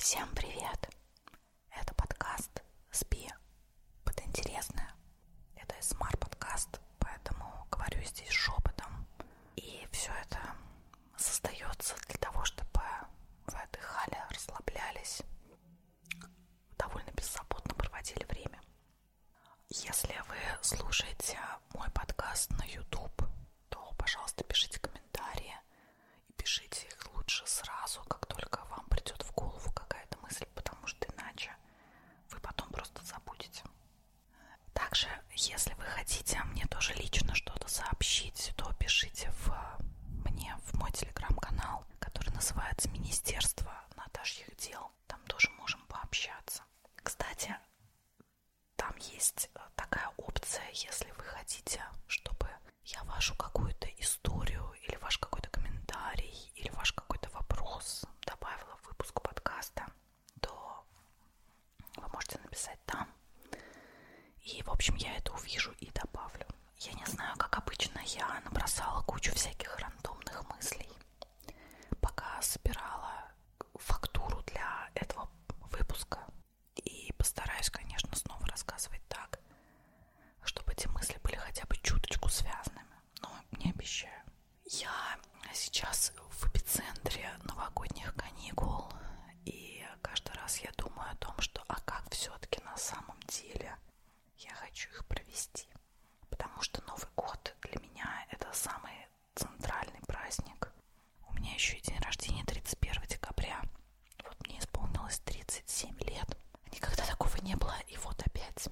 Всем привет! Это подкаст «Спи под интересное». Это СМР-подкаст, поэтому говорю здесь шепотом. И все это создается для того, чтобы вы отдыхали, расслаблялись, довольно беззаботно проводили время. Если вы слушаете мой подкаст на YouTube, то, пожалуйста, пишите комментарии. И пишите их лучше сразу, как только вам придет в голову какая-то мысль, потому что иначе вы потом просто забудете. Также, если вы хотите мне тоже лично что-то сообщить, то пишите мне в мой телеграм-канал, который называется «Министерство Наташьих дел». Там тоже можем пообщаться. Кстати, там есть такая опция, если вы хотите, чтобы я вашу какую-то историю или ваш какой-то комментарий или ваш какой-то вопрос добавила в выпуск подкаста, то вы можете написать там. И, в общем, я это увижу и добавлю. Я не знаю, как обычно, я набросала кучу всяких рандомных мыслей, пока собирала фактуру для этого выпуска. И постараюсь, конечно, снова рассказывать так, чтобы эти мысли были хотя бы чуточку связанными. Но не обещаю. Я сейчас в эпицентре новогодних каникул. И каждый раз я думаю о том, что как все-таки на самом деле я хочу их провести. Потому что Новый год для меня это самый центральный праздник. У меня еще и день рождения 31 декабря. Вот мне исполнилось 37 лет. Никогда такого не было, и вот опять.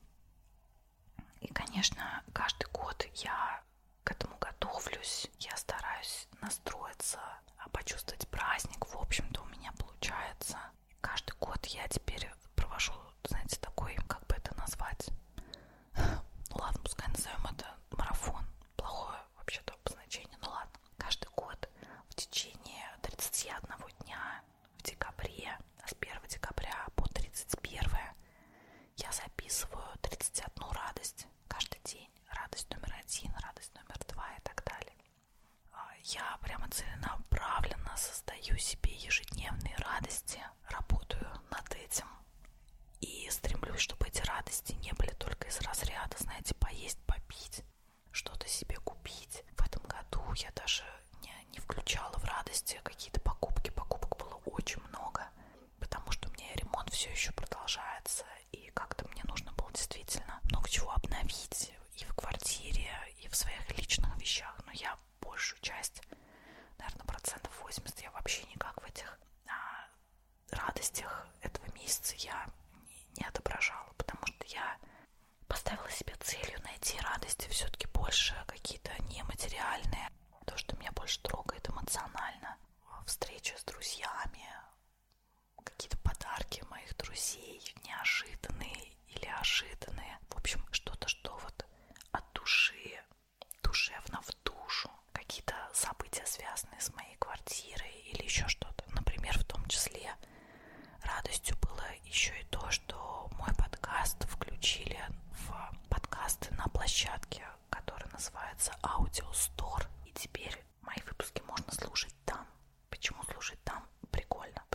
И, конечно, каждый год я к этому готовлюсь. Я стараюсь настроиться, почувствовать праздник. В общем-то, у меня получается. И каждый год я теперь провожу, знаете, такой, как бы это назвать? Ну ладно, пускай назовем это марафон. Плохое вообще-то обозначение. Ну ладно. Каждый год в течение 31 дня в декабре, с 1 декабря по 31 я записываю 31 радость каждый день. Радость номер 1, радость номер 2 и так далее. Я прямо целенаправленно создаю себе ежедневные радости, работаю над этим и стремлюсь, чтобы эти радости не были только из разряда, знаете, поесть, попить, что-то себе купить. В этом году я даже не включала в радости какие-то покупки. Покупок было очень много, потому что у меня ремонт все еще продолжается, и как-то мне нужно было действительно много чего обновить и в квартире, и в своих личных вещах. Но я большую часть, наверное, 80% я вообще никак в этих радостях этого месяца я не отображала, потому что я поставила себе целью найти радости все-таки больше какие-то нематериальные, то, что меня больше трогает эмоционально, встречи с друзьями, какие-то подарки моих друзей, неожиданные или ожиданные. В общем, что-то, что вот от души, душевно в душу. Какие-то события, связанные с моей квартирой или еще что-то. Например, в том числе радостью было еще и то, что мой подкаст включили в подкасты на площадке, которая называется Audio Store. И теперь мои выпуски можно слушать там. Почему слушать там? Прикольно.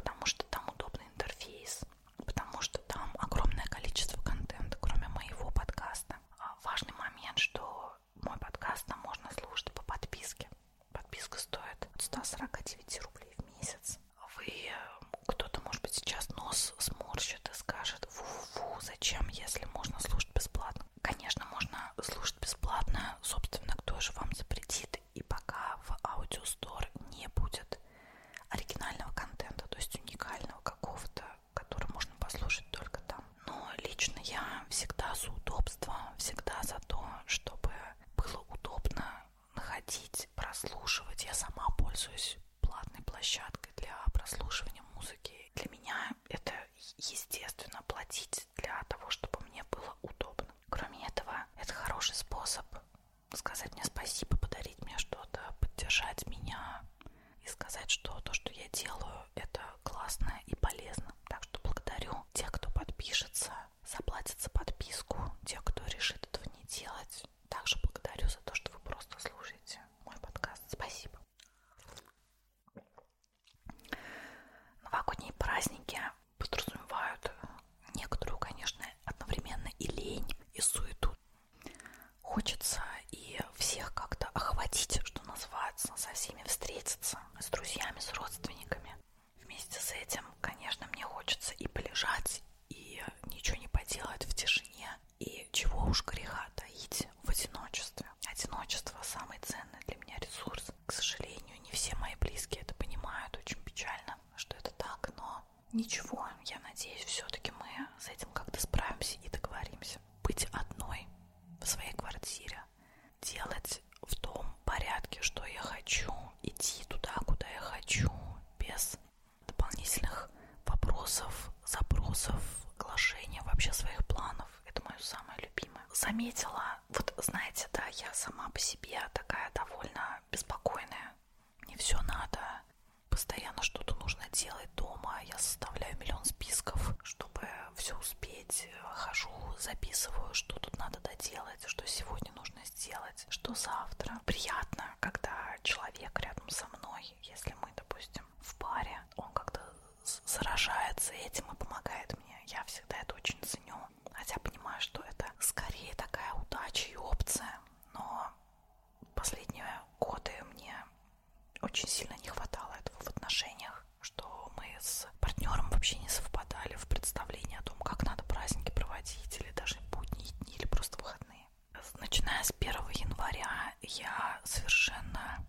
праздники подразумевают некоторую, конечно, одновременно и лень, и суету. Хочется и всех как-то охватить, что называется, со всеми встретиться, с друзьями, с родственниками. Вместе с этим, конечно, мне хочется и полежать, и ничего не поделать в тишине, и чего уж греха таить в одиночестве. Одиночество самый ценный для меня ресурс. К сожалению, не все мои близкие это понимают, очень печально, что это так, но ничего, я надеюсь, все-таки мы с этим как-то справимся и договоримся. Быть одной в своей квартире, делать в том порядке, что я хочу, идти туда, куда я хочу, без дополнительных вопросов, запросов, глашения вообще своих планов. Это мое самое любимое. Заметила, вот знаете, да, я сама по себе такая довольно беспокойная. Мне все надо, постоянно что-то нужно делать дома. Я составляю миллион списков, чтобы все успеть. Хожу, записываю, что тут надо доделать, что сегодня нужно сделать, что завтра. Приятно, когда человек рядом со мной, если мы, допустим, в паре, он как-то заражается этим и помогает мне. Я всегда это очень ценю. Хотя понимаю, что это скорее такая удача и опция. Но последние годы мне очень сильно не хватало этого в отношениях, что мы с партнером вообще не совпадали в представлении о том, как надо праздники проводить, или даже будние дни, или просто выходные. Начиная с 1 января я совершенно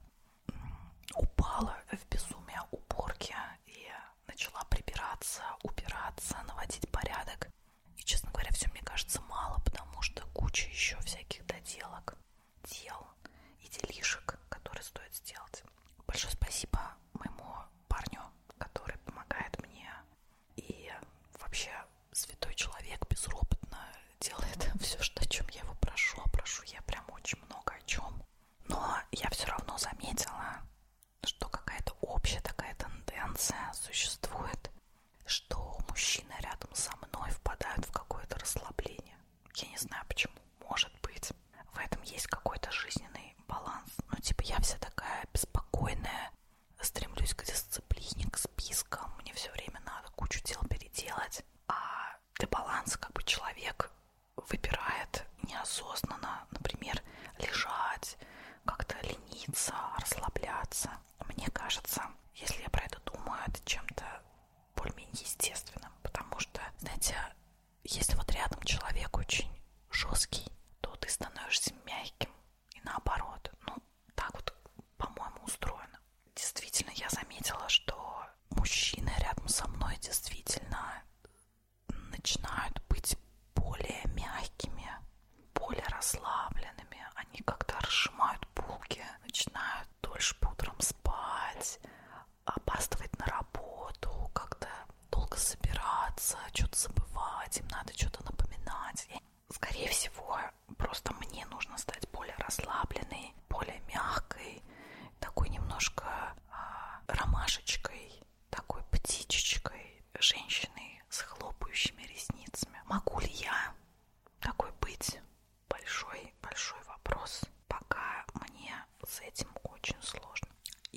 упала в безумие уборки и начала прибираться, убираться, наводить порядок. И, честно говоря, все мне кажется мало, потому что куча еще всяких доделок, дел и делишек, которые стоит сделать. Большое спасибо моему парню, который помогает мне. И вообще святой человек безропотно делает все, о чем я его прошу. А прошу я прям очень много о чем. Но я все равно заметила, что какая-то общая такая тенденция существует, что мужчины рядом со мной впадают в какое-то расслабление. Я не знаю почему. Может быть, в этом есть какой-то жизненный баланс. Ну, типа, я вся такая беспокойная, стремлюсь к дисциплине, к спискам. Мне все время надо кучу дел переделать. А для баланса как бы человек выбирает неосознанно, например, лежать, как-то лениться, расслабляться. Мне кажется, если я про это думаю, это чем-то более-менее естественным, потому что, знаете, если вот рядом человек очень жесткий, то ты становишься мягким, и наоборот. Ну, так вот, по-моему, устроено. Действительно, я заметила, что мужчины рядом со мной действительно начинают быть более мягкими, более расслабленными. Они как-то разжимают булки, начинают дольше по утрам спать, опаздывать на работу, как-то долго собираться, что-то забывать, им надо что-то напоминать. И, скорее всего, просто мне нужно стать более расслабленной, более мягкой, такой немножко ромашечкой, такой птичечкой, женщиной с хлопающими ресницами. Могу ли я такой быть? Большой вопрос. Пока мне с этим очень сложно.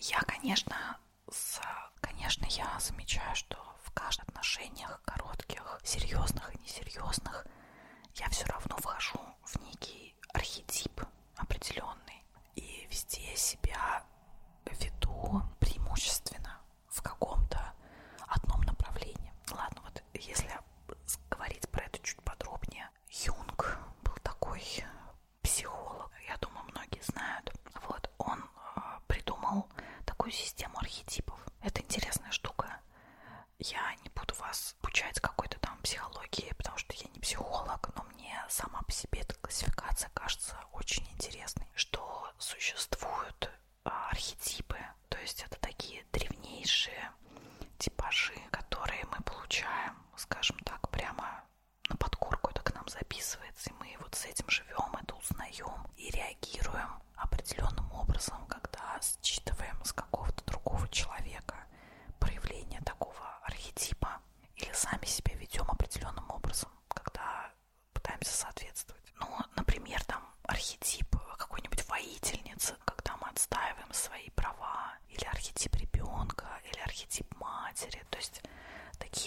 Конечно, я замечаю, что в каждых отношениях, коротких, серьезных и несерьезных, я все равно вхожу в некий архетип определенный. И везде себя веду преимущественно в каком-то одном направлении. Ладно, вот если говорить про это чуть подробнее. Юнг был такой психолог, я думаю, многие знают. Вот, он придумал такую систему архетипов. Это интересная штука. Я не буду вас обучать какой-то там психологии, потому что я не психолог, но мне сама по себе эта классификация кажется очень интересной. Что существуют архетипы, то есть это такие древнейшие типажи, которые мы получаем, скажем так, прямо на подкорку, это к нам записывается, и мы вот с этим живем, это узнаем и реагируем определенным образом, когда считываем с какого-то другого человека проявление такого архетипа, или сами себя ведем определенным образом, когда пытаемся соответствовать. Ну, например, там архетип какой-нибудь воительницы, когда мы отстаиваем свои права, или архетип ребенка, или архетип матери, то есть такие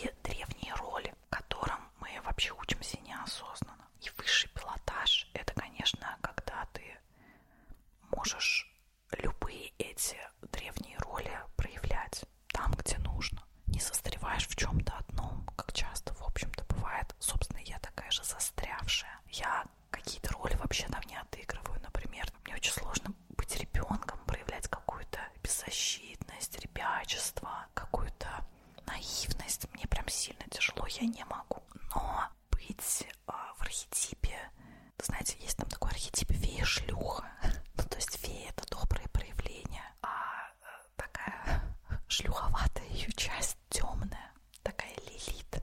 я не могу. Но быть в архетипе, знаете, есть там такой архетип фея-шлюха. Ну, то есть фея — это добрые проявления, а такая шлюховатая ее часть, темная, такая Лилит,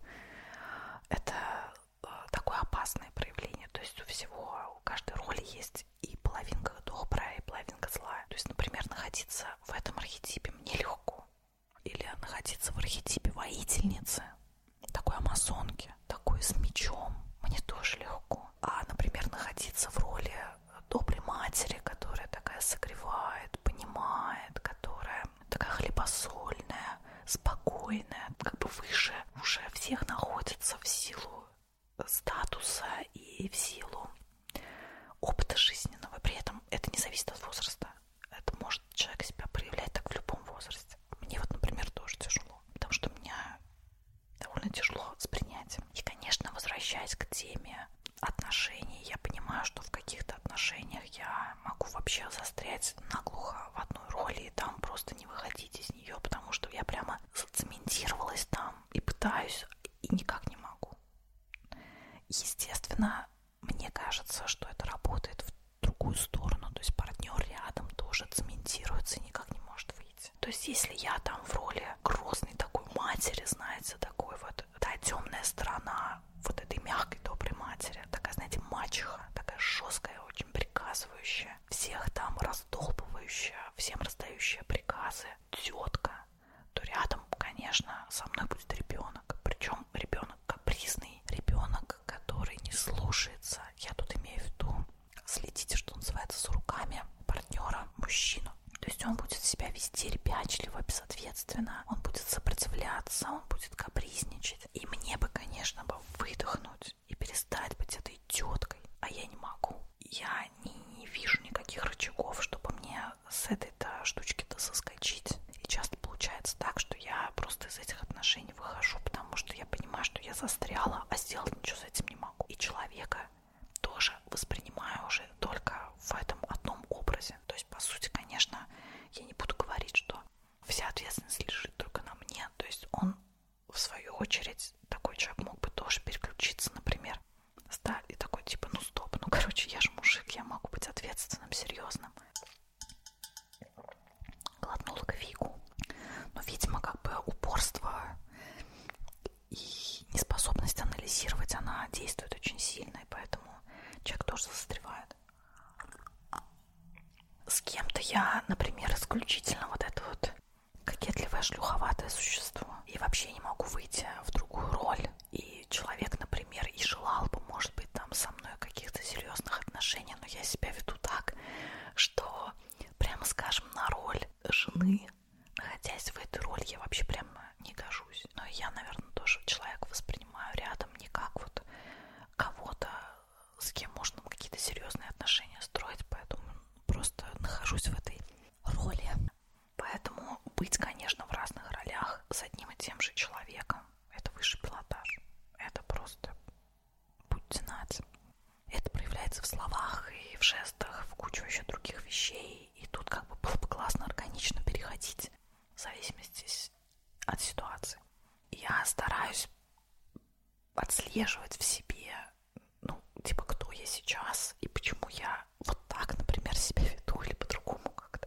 это такое опасное проявление. То есть у каждой роли есть и половинка добрая, и половинка злая. То есть, например, находиться в этом архетипе мне легко. Или находиться в архетипе воительницы, такой амазонки, такой с мечом, мне тоже легко. А, например, находиться в роли доброй матери, которая такая согревает, понимает, которая такая хлебосольная, спокойная, как бы выше уже всех находится в силу статуса и в силу опыта жизненного. При этом это не зависит от возраста. Это может человек себя проявлять так в любом возрасте. Мне вот, например, тоже тяжело, потому что меня довольно тяжело с принятием. И, конечно, возвращаясь к теме отношений, я понимаю, что в каких-то отношениях я могу вообще застрять наглухо в одной роли и там просто не выходить из нее, потому что я прямо зацементировалась там и пытаюсь, и никак не могу. Естественно, мне кажется, что это работает в другую сторону, то есть партнер рядом тоже цементируется и никак не может выйти. То есть если я там в роли грозной такой матери, знаете, такой вот та темная сторона вот этой мягкой доброй матери, такая, знаете, мачеха, такая жесткая, очень приказывающая, всех там раздолбывающая, всем раздающая приказы, тетка, то рядом, конечно, со мной будет ребенок, причем ребенок капризный, ребенок, который не слушается. Я тут имею в виду, следите, что называется, за руками партнера, мужчину. То есть он будет себя вести ребячливо, безответственно, он будет сопротивляться, он будет капризничать. И мне бы, конечно, выдохнуть и перестать быть этой теткой, а я не могу. Я не вижу никаких рычагов, чтобы мне с этой-то штучки-то соскочить. И часто получается так, что я просто из этих отношений выхожу, потому что я понимаю, что я застряла, а сделать ничего с этим не могу. И человека тоже воспринимаю уже только в этом одном образе. То есть, по сути, конечно, я не буду говорить, что вся ответственность лежит только на мне. То есть он, в свою очередь, такой человек мог бы тоже переключиться, например, и такой типа, ну стоп, ну короче, я же мужик, я могу быть ответственным, серьезным. Глотнула кофейку. Но, видимо, как бы упорство и неспособность анализировать, она действует очень сильно, и поэтому человек тоже застревает. С кем-то я, например, исключительно вот это вот кокетливое шлюховатое существо, и вообще не могу выйти в другую роль. И человек, например, и желал бы, может быть, там со мной каких-то серьезных отношений, но я себя веду так, что, прямо скажем, на роль жены, находясь в этой роли, я вообще прямо не гожусь. Но я, наверное, тоже человека воспринимаю рядом не как вот кого-то, с кем можно какие-то серьезные отношения строить, поэтому просто нахожусь в этой роли. Поэтому быть, конечно, в разных ролях с одним и тем же человеком — это высший пилотаж. Это просто, будьте нате. Это проявляется в словах и в жестах, в кучу еще других вещей. И тут как бы было бы классно органично переходить в зависимости от ситуации. Я стараюсь отслеживать в себе, ну, типа, кто я сейчас и почему я вот так, например, себя веду или по-другому как-то.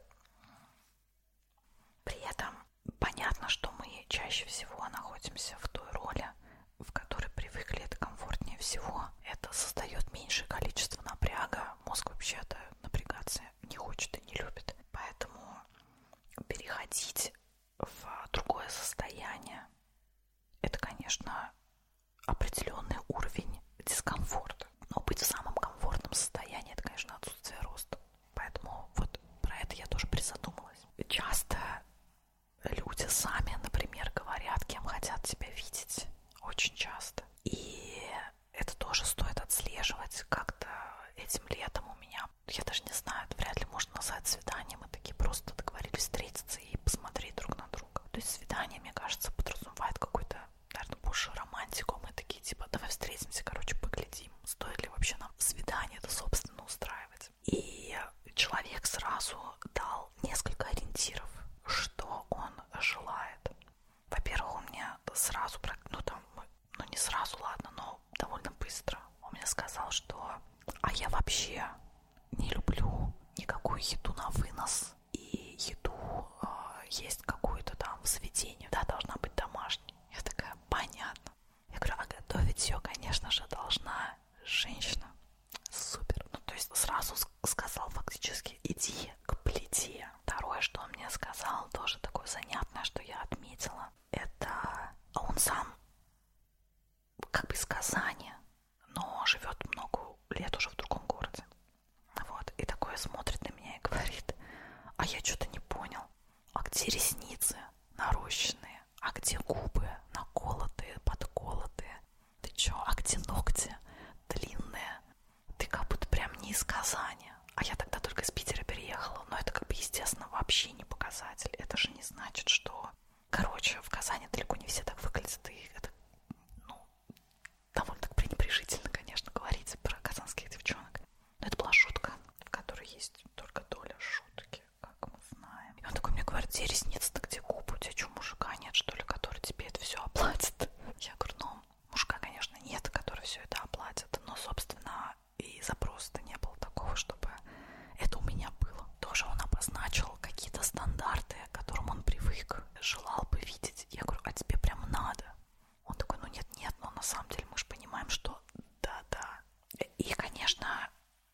При этом понятно, что мы чаще всего находимся в той роли, в которой привыкли, это комфортнее всего. Это создает меньшее количество напряга. Мозг вообще-то напрягаться не хочет и не любит. Поэтому переходить в другое состояние — это, конечно, определенный уровень дискомфорта. Но быть в самом комфортном состоянии — это, конечно, отсутствие роста. Поэтому вот про это я тоже призадумалась. Часто люди сами, например, говорят, кем хотят себя видеть. Очень часто. И это тоже стоит отслеживать. Как-то этим летом у меня, я даже не знаю, это вряд ли можно назвать свиданием. Мы такие просто договорились встретиться и посмотреть друг на друга. То есть свидание, мне кажется, подразумевает какой-то, наверное, больше романтику. Мы такие, типа, давай встретимся, короче, поглядим, стоит ли вообще нам свидание это, собственно, устраивать. И человек сразу дал несколько ориентиров, что он желает. Во-первых, он мне сразу, ну там, ну не как бы из Казани, но живет много лет уже в другом городе. Вот, и такое смотрит на меня и говорит: а я что-то не понял, а где ресницы нарощенные, а где губы наколотые, подколотые, ты чё, а где ногти длинные, ты как будто прям не из Казани. А я тогда только из Питера переехала, но это как бы, естественно, вообще не показатель. Это же не значит, что... Короче, в Казани далеко не все так выглядят, и это, ну, довольно так пренебрежительно, конечно, говорить про казанских девчонок. Но это была шутка, в которой есть только доля шутки, как мы знаем. И он такой мне говорит: где ресницы-то, где губы? У тебя что, мужика нет, что ли, который тебе это все оплатит? Я говорю: ну, мужика, конечно, нет, который все это оплатит, но, собственно, и запроса-то не было такого, чтобы это у меня было. Тоже он обозначил какие-то стандарты, к которым он привык, желал бы видеть. Я говорю: а тебе прям надо? Он такой: ну нет, но на самом деле мы же понимаем, что да. И, конечно,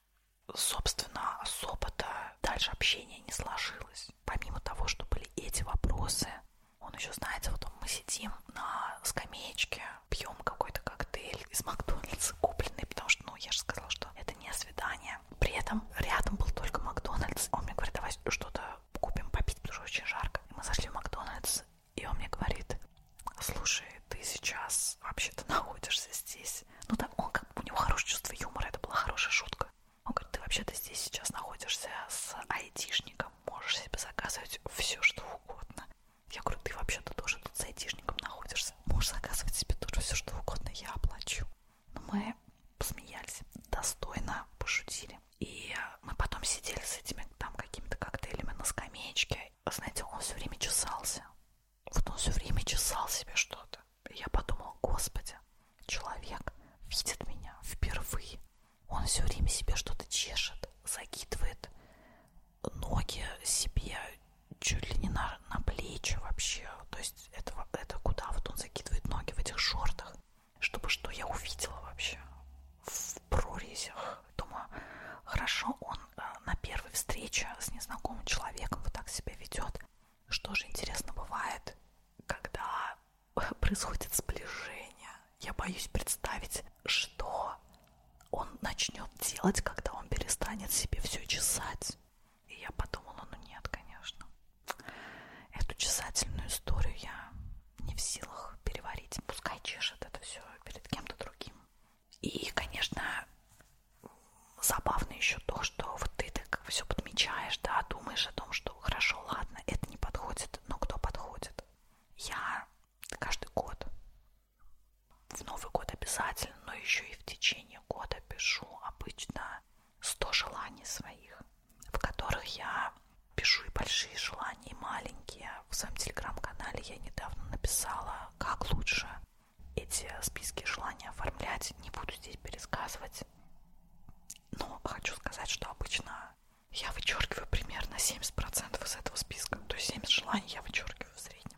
собственно, особо-то дальше общение не сложилось. Помимо того, что были эти вопросы, он еще, знаете, вот мы сидим на скамеечке, пьем какой-то коктейль из Макдональдса купленный, потому что, ну, я же сказала, что это не свидание. При этом рядом был только Макдональдс. Он мне говорит: давай что-то купим попить, потому что очень жарко. И мы зашли в Макдональдс, и он мне говорит: слушай, ты сейчас вообще-то находишься здесь. Ну да, он как бы, у него хорошее чувство юмора, это была хорошая шутка. Он говорит: ты вообще-то здесь сейчас находишься с айтишником, можешь себе заказывать все, что угодно. Я говорю: ты вообще-то тоже тут с айтишником находишься, можешь заказывать себе тоже все, что угодно, я оплачу. Но мы посмеялись, достойно пошутили. И мы потом сидели с этими там какими-то коктейлями на скамеечке. Знаете, он все время чесался. Вот он все время чесал себе что-то. И я подумала: господи, человек видит меня впервые. Он все время себе что-то чешет, закидывает ноги себе чуть ли не на плечи вообще. То есть это куда? Вот он закидывает ноги в этих шортах, чтобы что я увидела вообще в прорезях. Думаю, хорошо, он на первой встрече с незнакомым человеком вот так себя ведет. Что же, интересно, бывает, когда происходит сближение? Я боюсь представить, что он начнет делать, когда он перестанет себе все чесать. И я подумала: ну нет, конечно. Эту чесательную историю я не в силах переварить. Пускай чешет это все перед кем-то другим. И, конечно, забавно еще то, что вот ты так все подмечаешь, да, думаешь о том, что хорошо, ладно, это не подходит, но кто подходит? Я каждый год, в Новый год обязательно, но еще и в течение года пишу обычно 100 желаний своих, в которых я пишу и большие желания, и маленькие. В своем телеграм-канале я недавно написала, как лучше эти списки желаний оформлять. Не буду здесь пересказывать, но хочу сказать, что обычно я вычеркиваю примерно 70% из этого списка. То есть 70 желаний я вычеркиваю в среднем.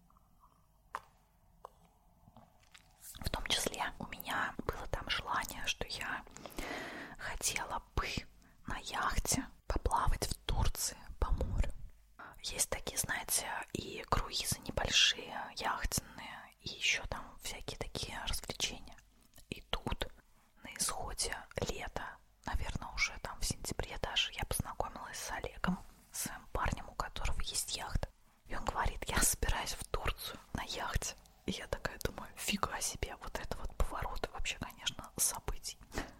В том числе у меня было там желание, что я хотела бы на яхте поплавать в Турции по морю. Есть такие, знаете, и круизы небольшие, яхтенные, и еще там всякие такие развлечения. И тут на исходе лета, наверное, уже там в сентябре даже, я познакомилась с Олегом, своим парнем, у которого есть яхта. И он говорит: я собираюсь в Турцию на яхте. И я такая думаю: фига себе, вот это вот повороты вообще, конечно, событий.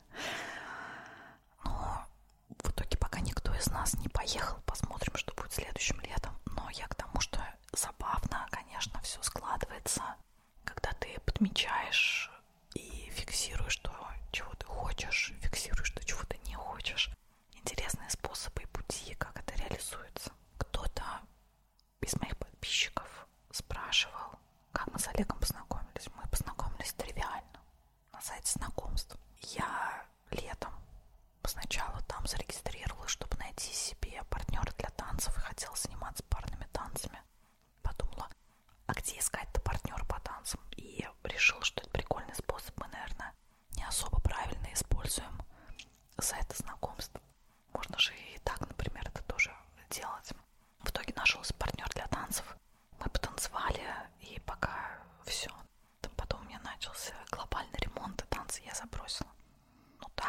Но в итоге пока никто из нас не поехал, посмотрим, что будет следующим летом. Но я к тому, что забавно, конечно, все складывается, когда ты подмечаешь и фиксируешь то, чего ты хочешь, фиксируешь то, чего ты не хочешь. Интересные способы и пути, как это реализуется. Кто-то из моих подписчиков спрашивал, как мы с Олегом познакомились. Мы познакомились тривиально на сайте знакомств. Я летом сначала там зарегистрировалась, чтобы найти себе партнера для танцев и хотела заниматься парными танцами. Подумала, а где искать-то партнера по танцам? И решила, что это прикольный способ. Мы, наверное, не особо правильно используем сайты знакомств. Можно же и так, например, это тоже делать. В итоге нашелся партнер для танцев. Мы потанцевали, и пока все. Потом у меня начался глобальный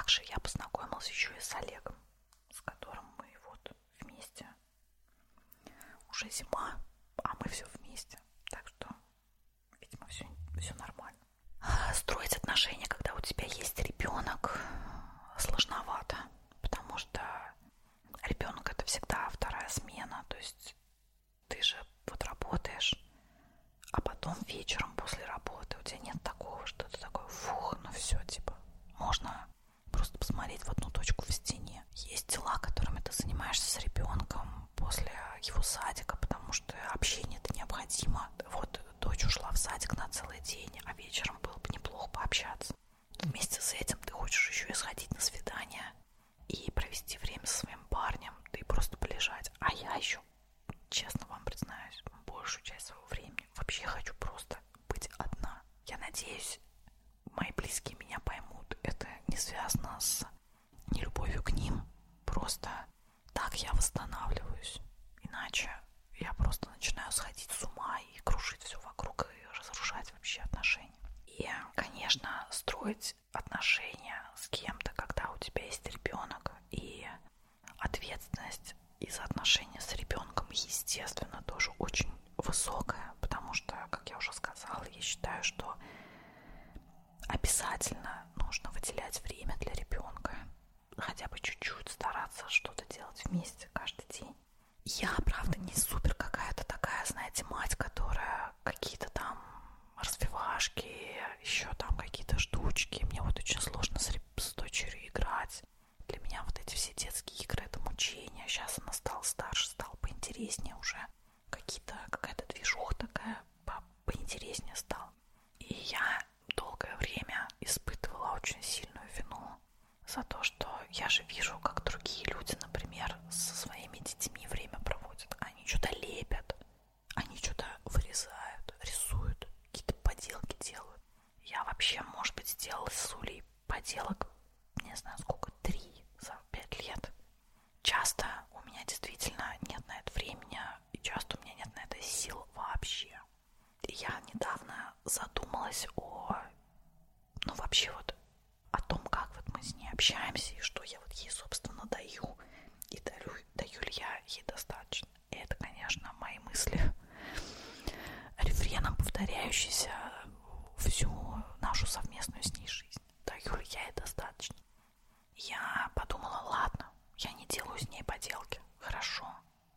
также я познакомилась еще и с Олегом, с которым мы вот вместе. Уже зима, а мы все вместе. Так что, видимо, все нормально. Строить отношения, когда у тебя есть ребенок, сложновато, потому что ребенок — это всегда вторая смена. То есть ты же вот работаешь, а потом вечером после работы у тебя нет такого, что ты такой, фух, ну все, типа, можно просто посмотреть в одну точку в стене. Есть дела, которыми ты занимаешься с ребенком после его садика, потому что общение-то необходимо. Вот дочь ушла в садик на целый день, а вечером было бы неплохо пообщаться. Вместе с этим ты хочешь еще и сходить на свидание и провести время со своим парнем, да и просто полежать. А я еще, честно вам признаюсь, большую часть своего времени вообще хочу просто быть одна. Я надеюсь, мои близкие меня поймут. Это не связано с нелюбовью к ним. Просто так я восстанавливаюсь. Иначе я просто начинаю сходить с ума и крушить все вокруг и разрушать вообще отношения. И, конечно, строить отношения с кем-то, когда у тебя есть ребенок, и ответственность из отношений с ребенком, естественно, тоже очень высокая, потому что, как я уже сказала, я считаю, что обязательно нужно выделять время для ребенка, хотя бы чуть-чуть стараться что-то делать вместе каждый день. Я, правда, не супер какая-то такая, знаете, мать, которая какие-то там развивашки, еще там какие-то штучки. Мне вот очень сложно с дочерью играть. Для меня вот эти все детские игры — это мучение. Сейчас она стала старше, стала поинтереснее уже. Какая-то движуха такая поинтереснее стала. И я долгое время испытывала очень сильную вину за то, что я же вижу, как другие люди, например, со своими детьми время проводят. Они что-то лепят, они что-то вырезают, рисуют, какие-то поделки делают. Я вообще, может быть, сделала с Улей поделок, не знаю сколько, 3 за 5 лет. Часто у меня действительно нет на это времени, и часто у меня нет на это сил вообще. И я недавно задумалась вообще вот о том, как вот мы с ней общаемся, и что я вот ей, собственно, даю, и даю ли я ей достаточно. И это, конечно, мои мысли, рефреном повторяющиеся всю нашу совместную с ней жизнь. Даю ли я ей достаточно? Я подумала, ладно, я не делаю с ней поделки, хорошо.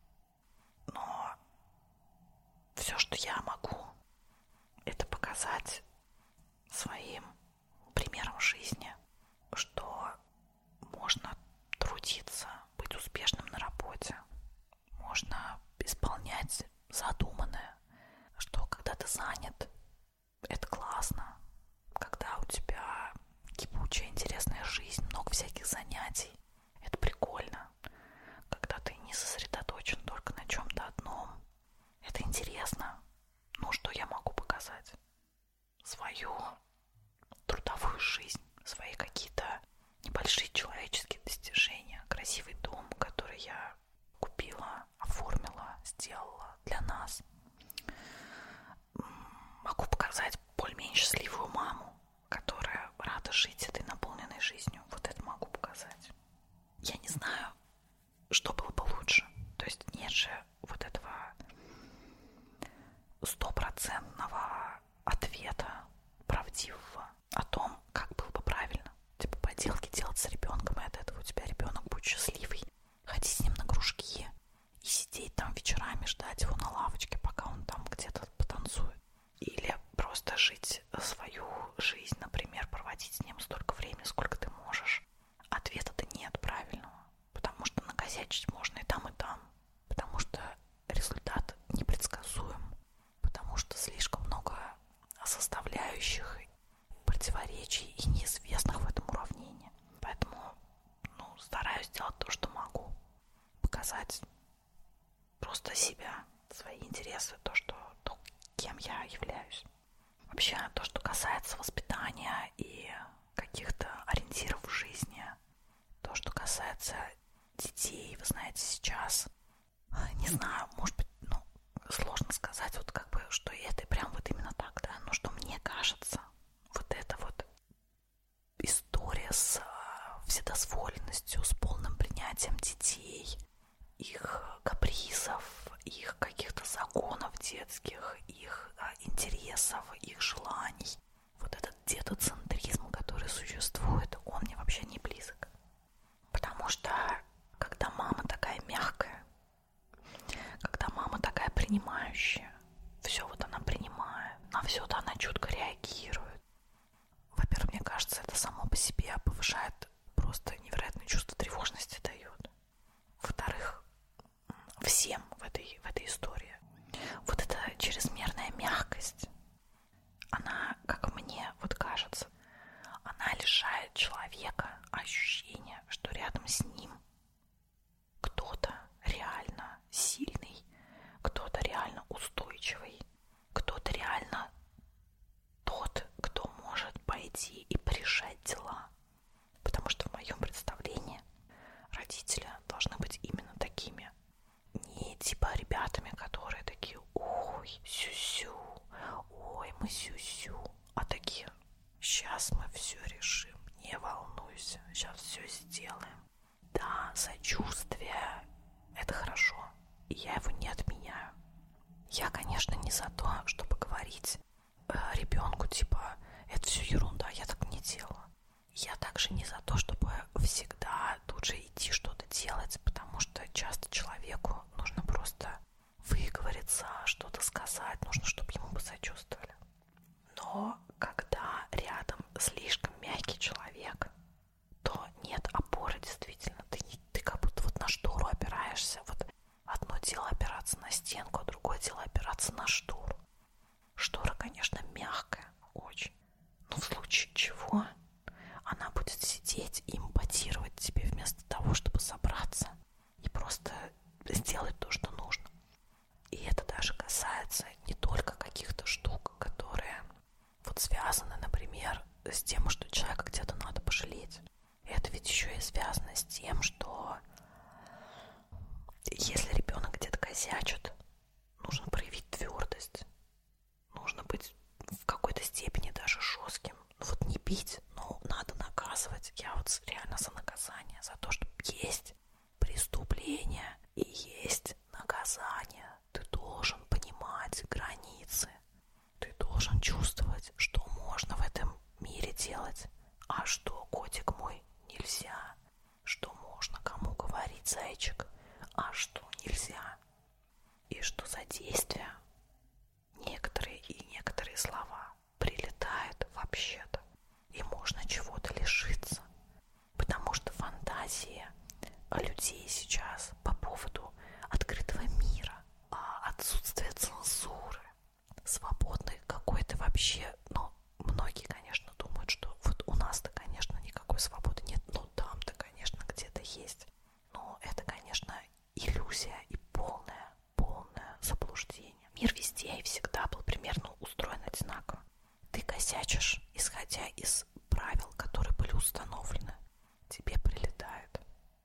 Но все, что я могу, это показать своим примером жизни, что можно трудиться, быть успешным на работе, можно исполнять задуманное, что когда ты занят, это классно, когда у тебя кипучая интересная жизнь, много всяких занятий, это прикольно, когда ты не сосредоточен только на чем-то одном, это интересно. Ну, что я могу показать? Свою трудовую жизнь, свои какие-то небольшие человеческие достижения, красивый дом, который я купила, оформила, сделала для нас. Могу показать более-менее счастливую маму, которая рада жить этой наполненной жизнью. Вот это могу показать. Я не знаю, что было бы лучше. То есть нет же вот этого стопроцентного ответа правдивого о том, как было бы правильно. Типа поделки делать с ребенком, и от этого у тебя ребенок будет счастливый. Ходить с ним на кружки и сидеть там вечерами, ждать его на лавочке, пока он там где-то потанцует. Или просто жить свою жизнь, например, проводить с ним столько времени, сколько ты можешь. Ответа-то нет правильного, потому что накосячить можно и там, потому что результат непредсказуем, потому что слишком много составляющих, противоречий и неизвестных в этом уравнении. Поэтому, стараюсь делать то, что могу. Показать просто себя, свои интересы, то, кем я являюсь. Вообще, то, что касается воспитания и каких-то ориентиров в жизни, то, что касается детей, вы знаете, сейчас, не знаю, может быть, сложно сказать, вот как бы, что это прям вот именно так, да, но что мне кажется, вот эта вот история с детоцентризм, который существует, он мне вообще не близок. Потому что когда мама такая мягкая, когда мама такая принимающая, все вот она принимает, на все это она чутко реагирует. Во-первых, мне кажется, это само по себе повышает просто невероятное чувство тревожности дает. Во-вторых, всем в этой истории вот эта чрезмерная мягкость, она, как мне вот кажется, она лишает человека ощущения, что рядом с ним кто-то реально сильный, кто-то реально устойчивый, кто-то реально тот, кто может пойти и порешать дела. Потому что в моем представлении родители должны быть именно такими. Не типа ребятами, которые такие: ой, сю-сю, ой, мы сю-сю, а такие: сейчас мы все решим, не волнуйся, сейчас все сделаем. Да, сочувствие — это хорошо, и я его не отменяю. Я, конечно, не за то, чтобы говорить ребенку типа: это все ерунда, я так не делала. Я также не за то, чтобы всегда тут же идти что-то делать, потому что часто человеку нужно просто выговориться, что-то сказать, нужно, чтобы ему посочувствовали. Но когда рядом слишком мягкий человек, то нет опоры действительно. Ты как будто вот на штору опираешься. Вот одно дело опираться на стенку, а другое дело опираться на штору. Штора, конечно, мягкая очень, но в случае чего она будет сидеть и импотировать тебе вместо того, чтобы собраться и просто сделать то, что нужно. И это даже касается не только каких-то штук, которые вот связаны, например, с тем, что человека где-то надо пожалеть. Это ведь еще и связано с тем, что если ребенок где-то косячит, нужно проявить твердость, нужно быть в какой-то степени даже жестким. Ну вот не бить, но надо наказывать. Я вот реально за наказание, за то, что есть преступление и есть наказание. Ты должен понимать границы. Ты должен чувствовать, что можно в этом мире делать, а что, котик мой, нельзя. Что можно кому говорить, зайчик, а что нельзя. И что за действия некоторые слова прилетают вообще-то, и можно чего-то лишиться. Потому что фантазии людей сейчас по поводу открытого мира, отсутствия цензуры, свободной какой-то вообще, ну, многие, конечно, думают, что вот у нас-то, конечно, никакой свободы нет, но там-то, конечно, где-то есть. Но это, конечно, иллюзия и полное заблуждение. Мир везде и всегда был примерно устроен одинаково. Ты косячишь, исходя из правил, которые были установлены, тебе прилетает.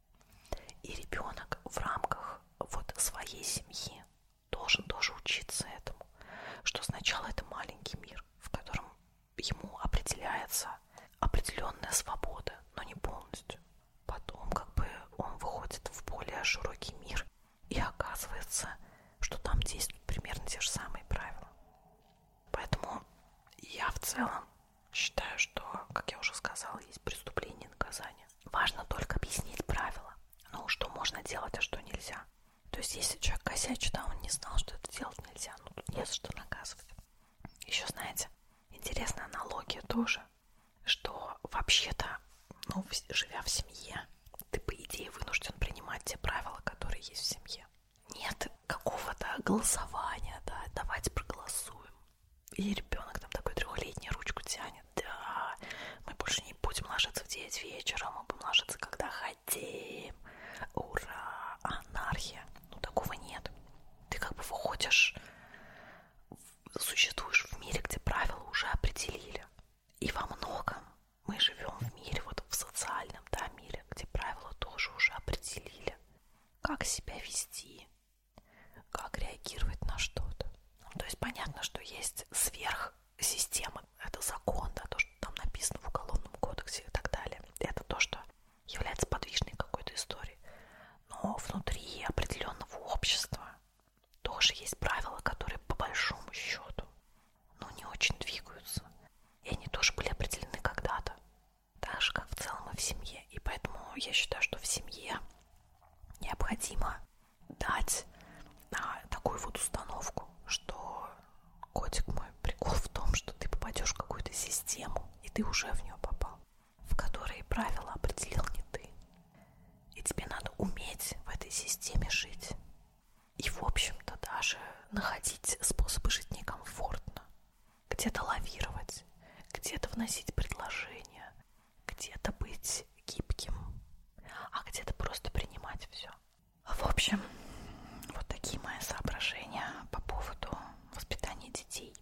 И ребенок в рамках вот своей семьи должен тоже учиться этому, что сначала это маленький мир, в котором ему определяется определенная свобода, но не полностью. Потом как бы он выходит в более широкий мир, и оказывается, что там действуют примерно те же самые правила. Поэтому я в целом считаю, что, как я уже сказала, есть преступление и наказание. Важно только объяснить правила. Ну, что можно делать, а что нельзя. То есть, если человек косячит, а он не знал, что это делать нельзя, ну, тут не за что наказывать. Еще, знаете, интересная аналогия тоже, что вообще-то, ну, живя в семье, ты, по идее, вынужден принимать те правила, которые есть в семье. Нет какого-то голосования, да, давайте проголосуем. И ребенок там такой 3-летний ручку тянет. Да, мы больше не будем ложиться в 9 вечера, мы будем ложиться, когда хотим. Ура, анархия. Ну, такого нет. Ты как бы выходишь, существуешь в мире, где правила уже определили. И во многом мы живем в мире, вот в социальном, да, мире, где правила тоже уже определили. Как себя вести, как реагировать на что-то. То есть понятно, что есть сверхсистема, это закон, да, то, что там написано в Уголовном кодексе и так далее. Это то, что является подвижной какой-то историей. Но внутри определенного общества тоже есть правила, которые по большому счету, ну, не очень двигаются. И они тоже были я считаю, что в семье необходимо дать такую вот установку, что, котик мой, прикол в том, что ты попадешь в какую-то систему, и ты уже в нее попал, в которой правила определил не ты. И тебе надо уметь в этой системе жить. И, в общем-то, даже находить способы жить некомфортно. Где-то лавировать, где-то вносить предложения, где-то быть гибким, а где-то просто принимать все. В общем, вот такие мои соображения по поводу воспитания детей.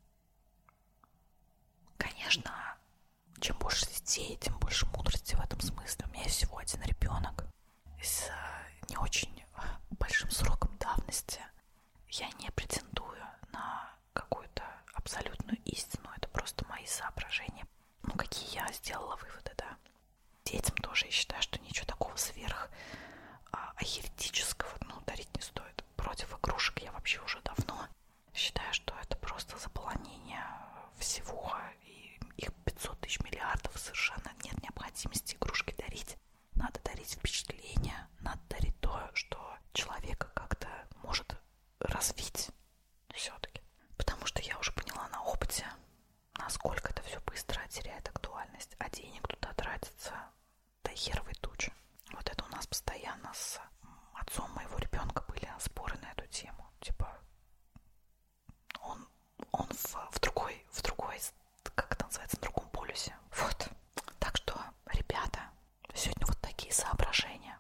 Конечно, чем больше детей, тем больше мудрости в этом смысле. У меня есть всего один ребенок с не очень большим сроком давности. Я не претендую на какую-то абсолютную истину, это просто мои соображения. Ну, какие я сделала выводы, да. Детям тоже я считаю, что ничего такого сверх еретического, дарить не стоит. Против игрушек я вообще уже давно считаю, что это просто заполонение всего, и их 500 тысяч миллиардов, совершенно нет необходимости игрушки дарить. Надо дарить впечатления, надо дарить то, что человека как-то может развить все-таки. Потому что я уже поняла на опыте, насколько это все быстро теряет актуальность, а денег туда тратится до херовой тучи. Вот это у нас постоянно с отцом моего ребенка были споры на эту тему. Типа, он в другой, как это называется, в другом полюсе. Вот. Так что, ребята, сегодня вот такие соображения.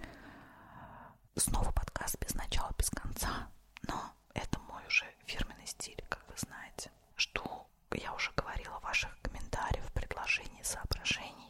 Снова подкаст без начала, без конца, но это мой уже фирменный стиль, как вы знаете. Жду, я уже говорила, ваших комментариев, предложений, соображений.